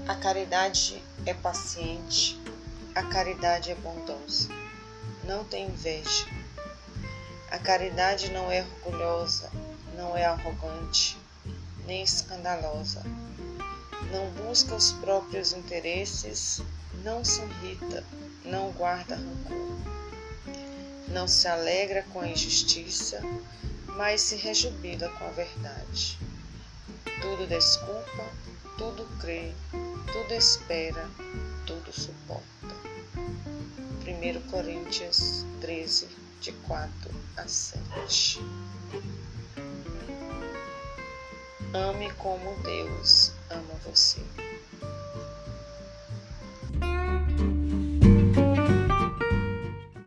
A caridade é paciente, a caridade é bondosa, não tem inveja. A caridade não é orgulhosa, não é arrogante, nem escandalosa. Não busca os próprios interesses, não se irrita, não guarda rancor. Não se alegra com a injustiça, mas se rejubila com a verdade. Tudo desculpa, tudo crê, tudo espera, tudo suporta. 1 Coríntios 13, de 4 a 7. Ame como Deus ama você.